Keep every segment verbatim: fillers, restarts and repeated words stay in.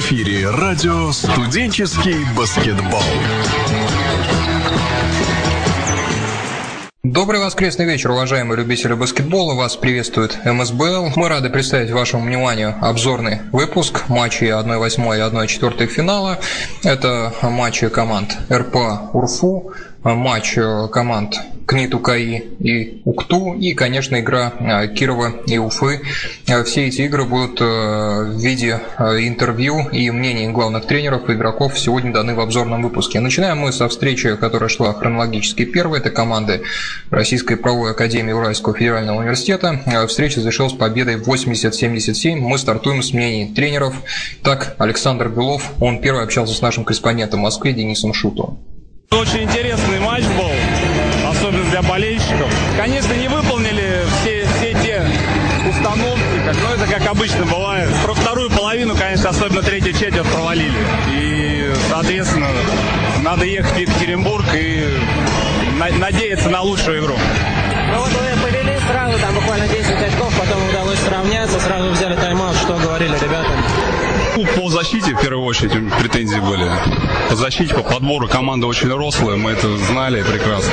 эфире радио «Студенческий баскетбол». Добрый воскресный вечер, уважаемые любители баскетбола. Вас приветствует эм эс бэ эл. Мы рады представить вашему вниманию обзорный выпуск матчей одна восьмая и одна четвертая финала. Это матчи команд эр пэ УРФУ, матч команд КНИТ УКАИ и УКТУ и, конечно, игра Кирова и Уфы. Все эти игры будут в виде интервью и мнений главных тренеров и игроков сегодня даны в обзорном выпуске. Начинаем мы со встречи, которая шла хронологически первой. Это команды Российской правовой академии Уральского федерального университета. Встреча завершилась победой восемьдесят семьдесят семь. Мы стартуем с мнений тренеров. Так, Александр Белов, он первый общался с нашим корреспондентом в Москве Денисом Шутовым. Очень интересный матч был, особенно для болельщиков. Конечно, не выполнили все, все те установки, как, ну, это как обычно бывает. Про вторую половину, конечно, особенно третью четверть провалили. И, соответственно, надо ехать в Екатеринбург и на- надеяться на лучшую игру. Ну вот вы повели сразу, там буквально десять очков, потом удалось сравняться, сразу взяли тайм-аут. Что говорили ребята? По защите, в первую очередь, претензии были. По защите, по подбору команда очень рослая, мы это знали прекрасно.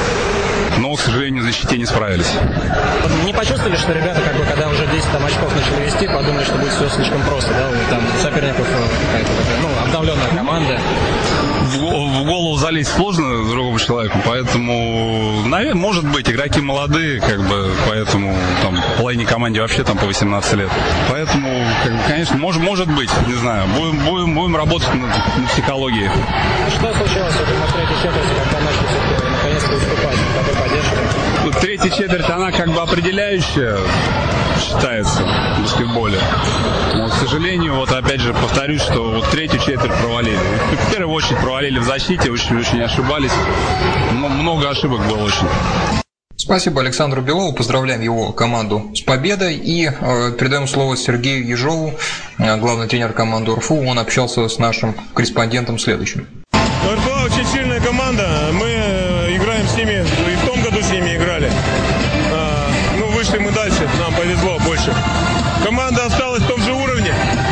Но, к сожалению, в защите не справились. Не почувствовали, что ребята, как бы, когда уже десять там, очков начали вести, подумали, что будет все слишком просто, да? Там соперников какая-то, ну, обновленная команда. В голову залезть сложно другому человеку, поэтому, наверное, может быть, игроки молодые, как бы, поэтому там половине команде вообще там по восемнадцать лет. Поэтому, как бы, конечно, может, может быть, не знаю, будем, будем, будем работать над, над психологией. Что случилось в этом третьей четверти, когда начали наконец-то уступать? Какой поддержка? Третья четверть, она как бы определяющая считается в баскетболе. Но, к сожалению, вот опять же повторюсь, что вот третью четверть провалили. В первую очередь провалили в защите, очень-очень ошибались. Но много ошибок было очень. Спасибо Александру Белову, поздравляем его команду с победой и э, передаем слово Сергею Ежову, э, главный тренер команды УРФУ. Он общался с нашим корреспондентом следующим. УРФУ очень сильная команда, мы играем с ними, и в том году с ними играли. А, ну, вышли мы дальше, нам повезло больше. Команда осталась в том же уровне,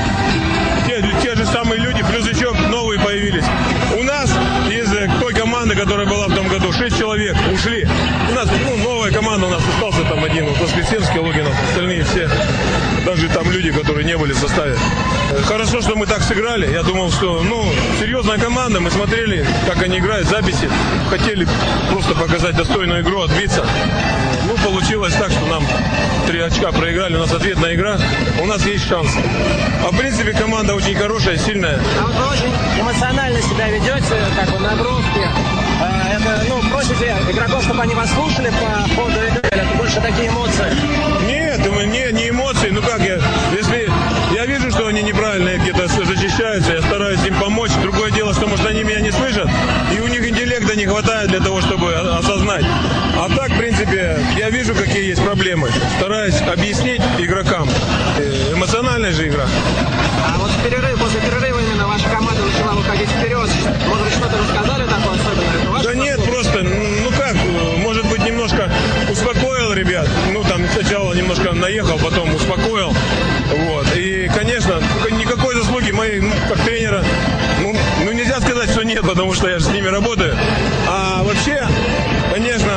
те, те же самые люди, плюс еще новые появились. У нас из той команды, которая была в том году, шесть человек ушли. У нас, ну, новая команда, у нас остался там один, вот Воскресенский, Логинов, остальные все, даже там люди, которые не были в составе. Хорошо, что мы так сыграли. Я думал, что, ну, серьезная команда. Мы смотрели, как они играют, записи. Хотели просто показать достойную игру, отбиться. Ну, получилось так, что нам три очка проиграли. У нас ответная игра. У нас есть шанс. А в принципе команда очень хорошая, сильная. А вот вы очень эмоционально себя ведете, как бы на бровке. А, это, ну, просите игроков, чтобы они вас слушали по ходу игры, или это больше такие эмоции? Нет, не, не эмоции. Ну как я, если я вижу, что они неправильно где-то защищаются, я стараюсь им помочь. Другое дело, что, может, они меня не слышат, и у них интеллекта не хватает для того, чтобы осознать. А так, в принципе, я вижу, какие есть проблемы. Стараюсь объяснить игрокам. Эмоциональная же игра. А вот в перерыве, после перерыва именно ваша команда начала выходить вперед. Может быть, что-то рассказали такое особенное? Да нет, просто, ну как, может быть, немножко успокоил ребят. Ну, там сначала немножко наехал, потом успокоил. Вот. И, конечно, никакой заслуги моей, ну, как тренера, ну, ну, нельзя сказать, что нет, потому что я же с ними работаю. А вообще, конечно,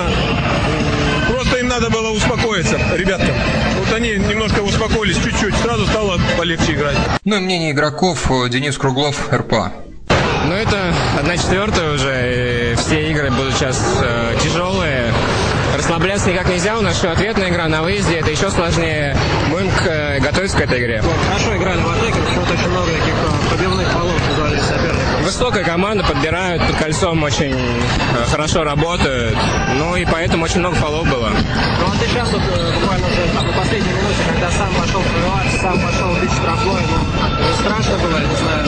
просто им надо было успокоиться, ребяткам. Вот они немножко успокоились чуть-чуть, сразу стало полегче играть. Ну и мнение игроков. Денис Круглов, эр пэ а. Ну это одна четвертая уже, и все игры будут сейчас э, тяжелые. Расслабляться никак нельзя, у нас еще ответная игра на выезде, это еще сложнее. Будем к, э, готовиться к этой игре. Хорошо играли в атаке, почему-то очень много таких пробивных фолов позволили соперникам. Высокая команда, подбирают, под кольцом очень э, хорошо работают, ну и поэтому очень много фолов было. Ну а ты сейчас вот, буквально уже там, на последней минуте, когда сам пошел пробиваться, сам пошел бить штрафной, ну, страшно было, я не знаю.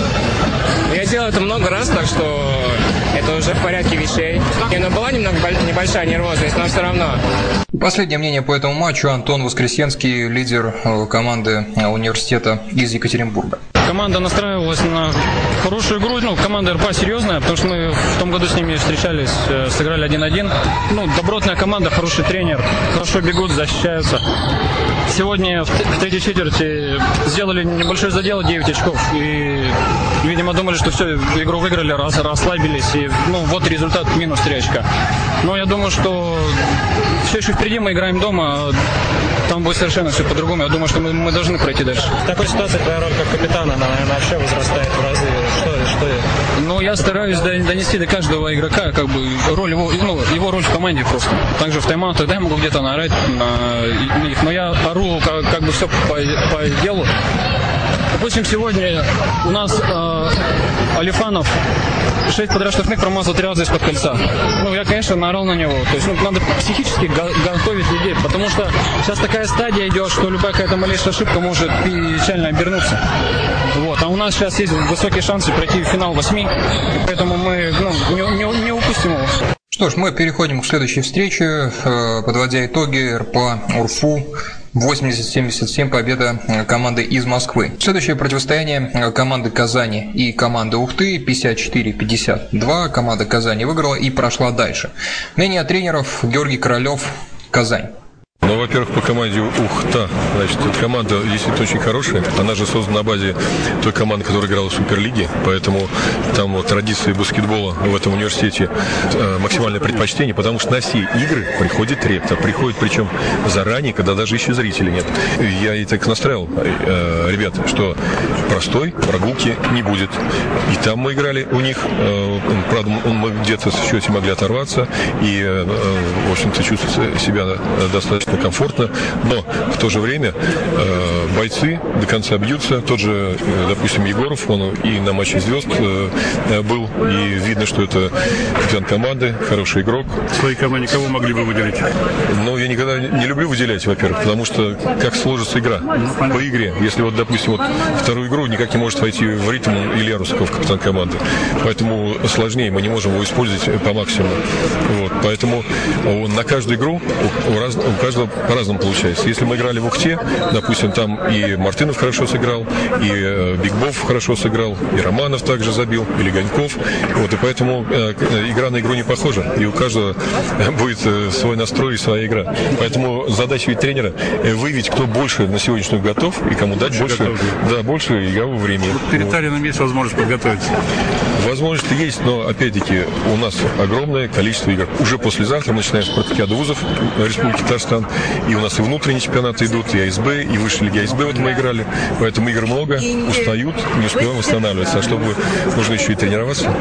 Я делал это много раз, так что это уже в порядке вещей. И, но была немного небольшая нервозность, но все равно. Последнее мнение по этому матчу. Антон Воскресенский, лидер команды университета из Екатеринбурга. команда настраивалась на хорошую игру. Ну, команда эр пэ а серьезная, потому что мы в том году с ними встречались, сыграли один-один. Ну, добротная команда, хороший тренер, хорошо бегут, защищаются. Сегодня в третьей четверти сделали небольшой задел, девять очков. И, видимо, думали, что все, игру выиграли, раз, расслабились. И, ну, вот результат, минус три очка. Но я думаю, что все еще впереди, мы играем дома. Там будет совершенно все по-другому. Я думаю, что мы, мы должны пройти дальше. В такой ситуации твоя роль как капитана, она, наверное, вообще возрастает в разы. Что, что... Ну, я стараюсь донести до каждого игрока как бы роль его, ну, его роль в команде просто. Также в тайм-аутах, да, я могу где-то наорать на них, но я ору как, как бы все по, по делу. Допустим, сегодня у нас э, Алифанов шесть подряд-штрафных промазал три раза из-под кольца. Ну, я, конечно, наорал на него. То есть, ну, надо психически го- готовить людей, потому что сейчас такая стадия идет, что любая какая-то малейшая ошибка может печально обернуться. Вот. А у нас сейчас есть высокие шансы пройти в финал восьми, поэтому мы, ну, не, не, не упустим его. Что ж, мы переходим к следующей встрече. Подводя итоги, эр пэ а УРФУ восемьдесят семьдесят семь, победа команды из Москвы. Следующее противостояние команды Казани и команды Ухты пятьдесят четыре пятьдесят два. Команда Казани выиграла и прошла дальше. Мнение тренеров: Георгий Королёв, Казань. Ну, во-первых, по команде Ухта, значит, команда действительно очень хорошая. Она же создана на базе той команды, которая играла в Суперлиге, поэтому там вот традиции баскетбола в этом университете э, максимальное предпочтение, потому что на все игры приходит ректор, приходит причем заранее, когда даже еще зрителей нет. Я и так настраивал э, ребят, что простой прогулки не будет. И там мы играли у них, э, правда, мы где-то в счете могли оторваться и, э, в общем-то, чувствовать себя достаточно комфортно, но в то же время э, бойцы до конца бьются. Тот же, э, допустим, Егоров, он и на матче звезд э, был, и видно, что это капитан команды, хороший игрок. В своей команде кого могли бы выделить? Ну, я никогда не люблю выделять, во-первых, потому что как сложится игра по игре. Если вот, допустим, вот вторую игру никак не может войти в ритм Илья Русаков, капитан команды. Поэтому сложнее, мы не можем его использовать по максимуму. Вот. Поэтому на каждую игру у, раз, у каждого по-разному получается. Если мы играли в Ухте, допустим, там и Мартынов хорошо сыграл, и э, Бигбов хорошо сыграл, и Романов также забил, и Легоньков. Вот, и поэтому э, игра на игру не похожа. И у каждого будет э, свой настрой и своя игра. Поэтому задача ведь тренера э, выявить, кто больше на сегодняшнюю готов, и кому дать больше, да, больше игрового времени. Вот перед Таллином есть возможность подготовиться? Возможность есть, но, опять-таки, у нас огромное количество игр. Уже послезавтра мы начинаем спартакиаду вузов Республики Татарстан. И у нас и внутренние чемпионаты идут, и эй эс бэ, и высшая лига эй эс бэ вот мы играли. Поэтому игр много, устают, не успеваем восстанавливаться. А чтобы нужно еще и тренироваться.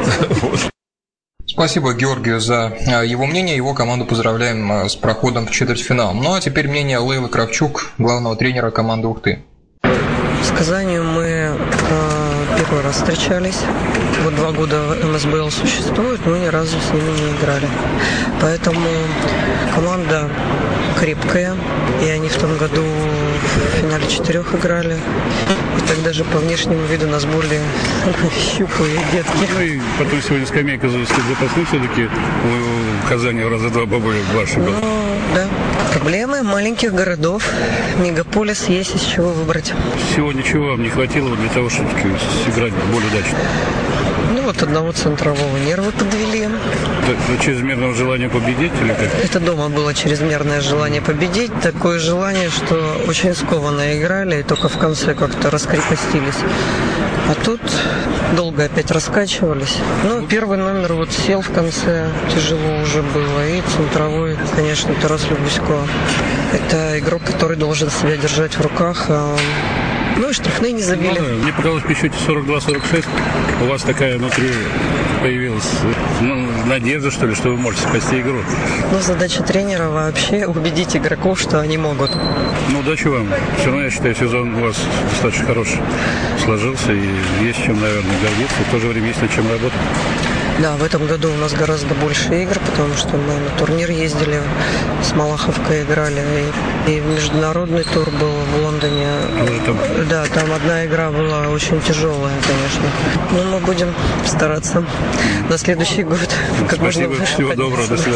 Спасибо Георгию за его мнение. Его команду поздравляем с проходом в четвертьфинал. Ну а теперь мнение Лейлы Кравчук, главного тренера команды Ухты. С Казанью мы э, первый раз встречались. Вот два года эм эс бэ эл существует, но ни разу с ними не играли. Поэтому команда крепкая, и они в том году в финале четырех играли. И тогда же по внешнему виду нас были щуплые детки. Ну и потом сегодня скамейка запасных все-таки в Казани раза два поболее ваши годы. Ну, да. Проблемы маленьких городов. Мегаполис есть из чего выбрать. Сегодня чего вам не хватило для того, чтобы сыграть более удачно? Ну вот одного центрового нервы подвели. Это чрезмерного желания победить или как? Это дома было чрезмерное желание победить. Такое желание, что очень скованно играли и только в конце как-то раскрепостились. А тут долго опять раскачивались. Ну, первый номер вот сел в конце, тяжело уже было. И центровой, конечно, Тарас Любусько. Это игрок, который должен себя держать в руках. Ну и штрафные не забили. Ну, мне показалось, при счете сорок два сорок шесть у вас такая внутри появилась, ну, надежда, что ли, что вы можете спасти игру. Ну, задача тренера вообще убедить игроков, что они могут. Ну, удачи вам. Все равно, я считаю, сезон у вас достаточно хороший сложился, и есть чем, наверное, гордиться, и в то же время есть над чем работать. Да, в этом году у нас гораздо больше игр, потому что мы на турнир ездили, с Малаховкой играли, и, и международный тур был в Лондоне. А там... Да, там одна игра была очень тяжелая, конечно. Но мы будем стараться на следующий год. Спасибо, всего доброго, до свидания.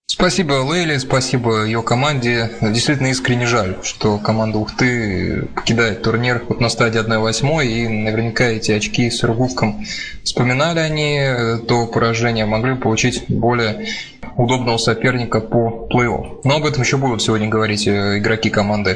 Спасибо Лейле, спасибо ее команде. Действительно искренне жаль, что команда Ухты покидает турнир вот на стадии одна восьмая, и наверняка эти очки с Сургувком вспоминали они то поражение, могли получить более удобного соперника по плей-офф. Но об этом еще будут сегодня говорить игроки команды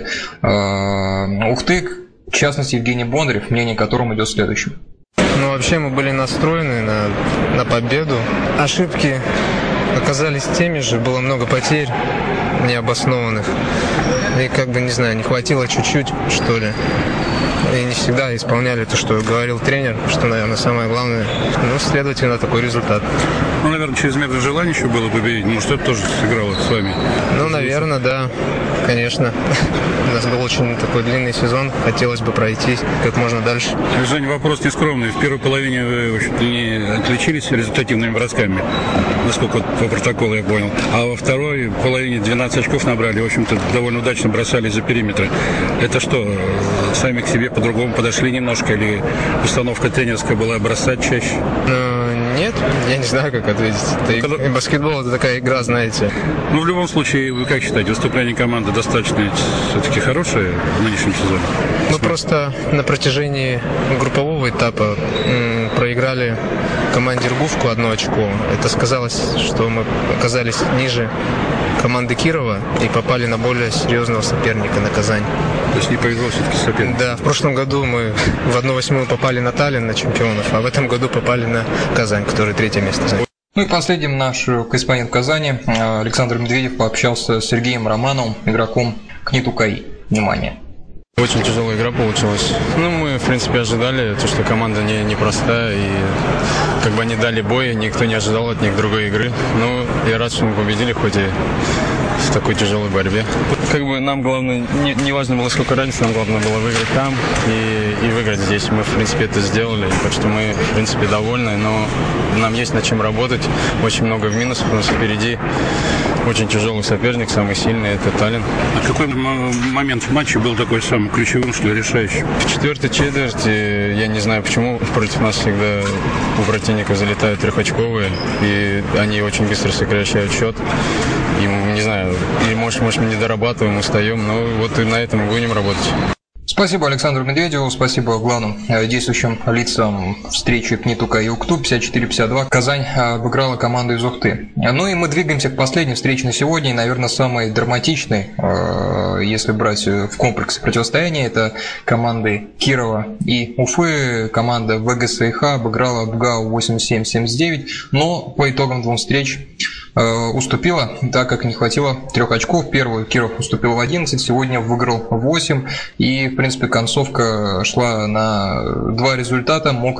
Ухты, в частности Евгений Бондарев, мнение которому идет следующим. Ну, вообще мы были настроены на, на победу. Ошибки оказались теми же, было много потерь необоснованных. И как бы, не знаю, не хватило чуть-чуть, что ли. И не всегда исполняли то, что говорил тренер, что, наверное, самое главное. Ну, следовательно, такой результат. Ну, наверное, чрезмерное желание еще было победить. Может, это тоже сыграло с вами? Ну, наверное, да. Конечно. У нас был очень такой длинный сезон. Хотелось бы пройти как можно дальше. Женя, вопрос нескромный. В первой половине вы, в общем-то, не отличились результативными бросками, насколько по протоколу я понял. А во второй половине двенадцать очков набрали. В общем-то, довольно удачно бросали за периметр. Это что, сами к себе по-другому подошли немножко? Или установка тренерская была бросать чаще? Ну, нет, я не знаю, как ответить. Это Когда... Баскетбол — это такая игра, знаете. Ну, в любом случае, вы как считаете, выступление команды достаточно все-таки хорошее в нынешнем сезоне? Мы просто на протяжении группового этапа м, проиграли команде Ргувку одно очко. Это сказалось, что мы оказались ниже команды Кирова и попали на более серьезного соперника, на Казань. То есть не повезло все-таки сопернику? Да, в прошлом году мы в одну восьмую попали на Таллин, на чемпионов, а в этом году попали на Казань, который третье место занял. Ну и последним наш корреспондент в Казани Александр Медведев пообщался с Сергеем Романовым, игроком КНИТ УКАИ. Внимание! Очень тяжелая игра получилась. Ну, мы, в принципе, ожидали, то, что команда не, непростая, и как бы они дали бой, никто не ожидал от них другой игры. Ну, я рад, что мы победили, хоть и в такой тяжелой борьбе. Как бы нам главное, не, не важно было, сколько разницы, нам главное было выиграть там и, и выиграть здесь. Мы, в принципе, это сделали, так что мы, в принципе, довольны, но нам есть над чем работать. Очень много в минусах, у нас впереди очень тяжелый соперник, самый сильный, это Таллин. А какой момент в матче был такой самый ключевым, что ли, решающим? В четвертой четверти, я не знаю почему, против нас всегда у противников залетают трехочковые, и они очень быстро сокращают счет. И, не знаю, или может, может мы не дорабатываем, устаем, но вот и на этом мы будем работать. Спасибо Александру Медведеву, спасибо главным действующим лицам встречи КНИТ УКАИ Ухту. пятьдесят четыре пятьдесят два Казань обыграла команду из Ухты. Ну и мы двигаемся к последней встрече на сегодня, и, наверное, самой драматичной, если брать в комплексе противостояния, это команды Кирова и Уфы. Команда ВГСХ обыграла БГАУ восемьдесят семь семьдесят девять, но по итогам двух встреч уступила, так как не хватило трех очков. Первую Киров уступил в одиннадцать, сегодня выиграл восемь. И, в принципе, концовка шла на два результата. Мог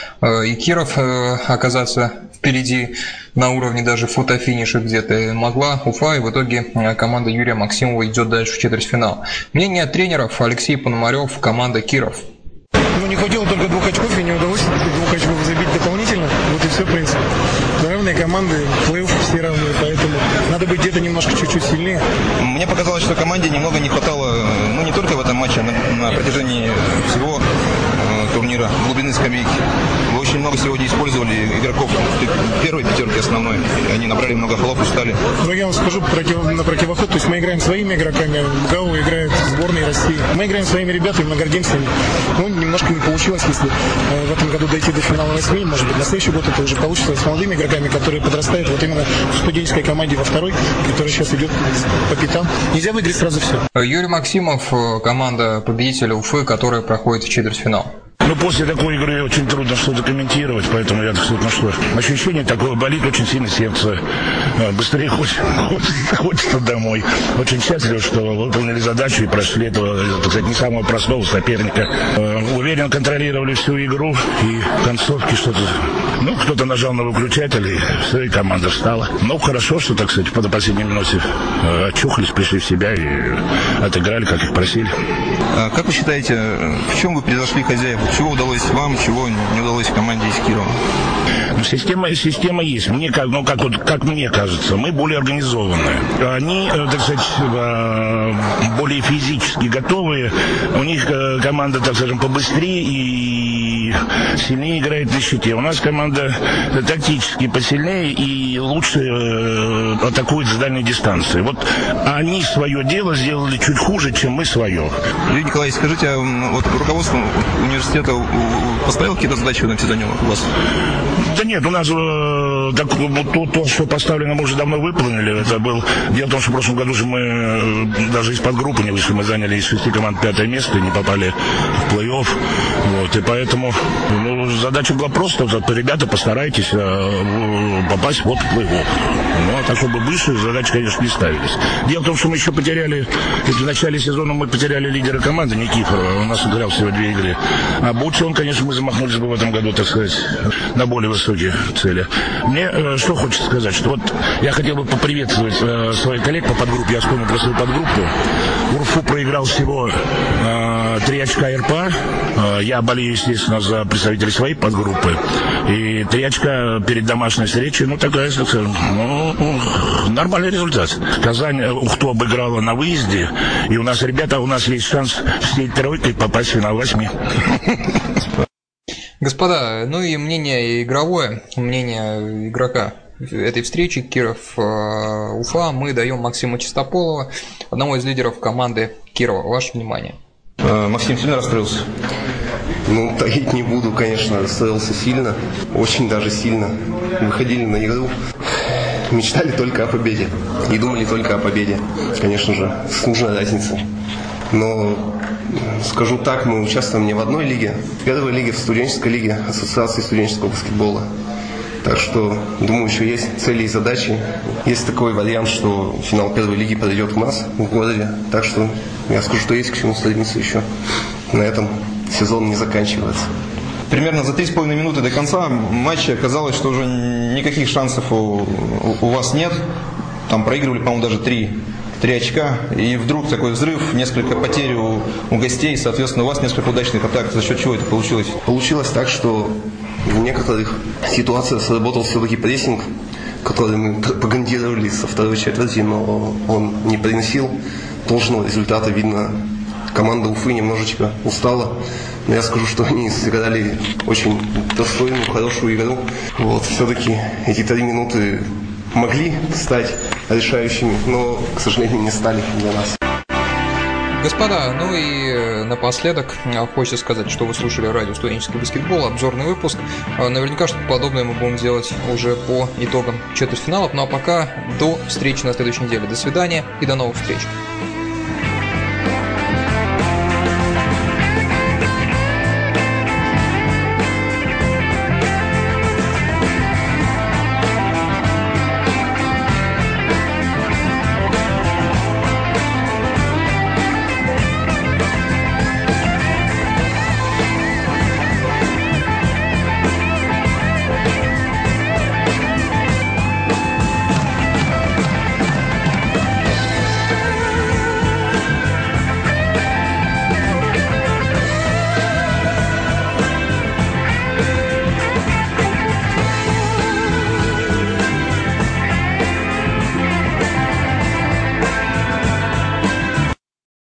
и Киров оказаться впереди на уровне даже фотофиниша где-то. Могла Уфа, и в итоге команда Юрия Максимова идет дальше в четвертьфинал. Мнение тренеров: Алексей Пономарев, команда Киров. Ну, не хватило только двух очков, и не удалось двух очков забить дополнительно. Вот и все, в принципе. Равные команды, плей-офф все равные, поэтому надо быть где-то немножко чуть-чуть сильнее. Мне показалось, что команде немного не хватало, ну, не только в этом матче, а на, на протяжении всего э, турнира, глубины скамейки. Вы очень много сегодня использовали игроков первой пятерки основной. Они набрали много голов, устали. Ну, я вам скажу против, на противоход. То есть мы играем своими игроками, ГАУ играет в сборной России. Мы играем своими ребятами, мы гордимся. Ну, немножко не получилось, если э, в этом году дойти до финала восьми. Может быть, на следующий год это уже получится с молодыми игроками, которые подрастают вот именно в студенческой команде во второй, которая сейчас идет по пятам. Нельзя выиграть сразу все. Юрий Максимов, команда победителя Уфы, которая проходит в четвертьфинал. Ну, после такой игры очень трудно что-то комментировать, поэтому я абсолютно что. Ощущение такое, болит очень сильно сердце. Быстрее хочется, хочется, хочется домой. Очень счастлив, что выполнили задачу и прошли этого, так сказать, не самого простого соперника. Уверен, контролировали всю игру, и в концовке что-то... Ну, кто-то нажал на выключатель, и все, и команда встала. Ну, хорошо, что, так сказать, по последней минуте очухались, пришли в себя и отыграли, как их просили. А как вы считаете, в чем вы превзошли хозяев? Чего удалось вам, чего не удалось команде из Кирова? Система, система есть. Мне, ну, как, вот, как мне кажется, мы более организованные. Они, так сказать, более физически готовые. У них команда, так скажем, побыстрее и сильнее играет на щите. У нас команда тактически посильнее и лучше атакует с дальней дистанции. Вот они свое дело сделали чуть хуже, чем мы свое. Юрий Николаевич, скажите, а вот руководство университета поставило какие-то задачи в этом сезоне у вас? Да нет, у нас э, так, то, то, что поставлено, мы уже давно выполнили. Это был... Дело в том, что в прошлом году же мы э, даже из-под группы не вышли. Мы заняли из шести команд пятое место и не попали в плей-офф. Вот, и поэтому ну, задача была просто. Вот, ребята, постарайтесь э, попасть вот в плей-офф. Ну, а так, чтобы выше, задачи, конечно, не ставились. Дело в том, что мы еще потеряли... В начале сезона мы потеряли лидера команды Никифорова. У нас играл всего две игры. А Бучи, он, конечно, мы замахнулись бы в этом году, так сказать, на более высокие цели. Мне э, что хочется сказать, что вот я хотел бы поприветствовать э, своих коллег по подгруппе. Я вспомнил про свою подгруппу. УРФУ проиграл всего э, три очка РПА. Э, я болею, естественно, за представителей своей подгруппы. И три очка перед домашней встречей. Ну, такая, так сказать, ну, нормальный результат. Казань Ухту обыграла на выезде. И у нас, ребята, у нас есть шанс всей тройкой попасть в финал восьми. Господа, ну и мнение игровое, мнение игрока этой встречи Киров-Уфа мы даем Максиму Чистополова, одному из лидеров команды Кирова. Ваше внимание. Максим сильно расстроился? Ну, таить не буду, конечно, расстроился сильно, очень даже сильно. Выходили на игру, мечтали только о победе и думали только о победе. Конечно же, с нужной разницей. Но скажу так, мы участвуем не в одной лиге, в первой лиге, в студенческой лиге Ассоциации студенческого баскетбола. Так что, думаю, еще есть цели и задачи. Есть такой вариант, что финал первой лиги пройдет у нас в городе. Так что я скажу, что есть к чему стремиться еще. На этом сезон не заканчивается. Примерно за три с половиной минуты до конца матча оказалось, что уже никаких шансов у, у вас нет. Там проигрывали, по-моему, даже три. Три очка, и вдруг такой взрыв, несколько потерь у, у гостей, соответственно, у вас несколько удачных атак. За счет чего это получилось? Получилось так, что в некоторых ситуациях сработал все-таки прессинг, который мы пропагандировали со второй четверти, но он не приносил должного результата. Видно, команда Уфы немножечко устала. Но я скажу, что они сыграли очень достойную, хорошую игру. Вот, все-таки эти три минуты могли стать решающими, но, к сожалению, не стали для нас. Господа, ну и напоследок хочется сказать, что вы слушали радио «Студенческий баскетбол», обзорный выпуск. Наверняка что-то подобное мы будем делать уже по итогам четвертьфиналов. Ну а пока до встречи на следующей неделе. До свидания и до новых встреч.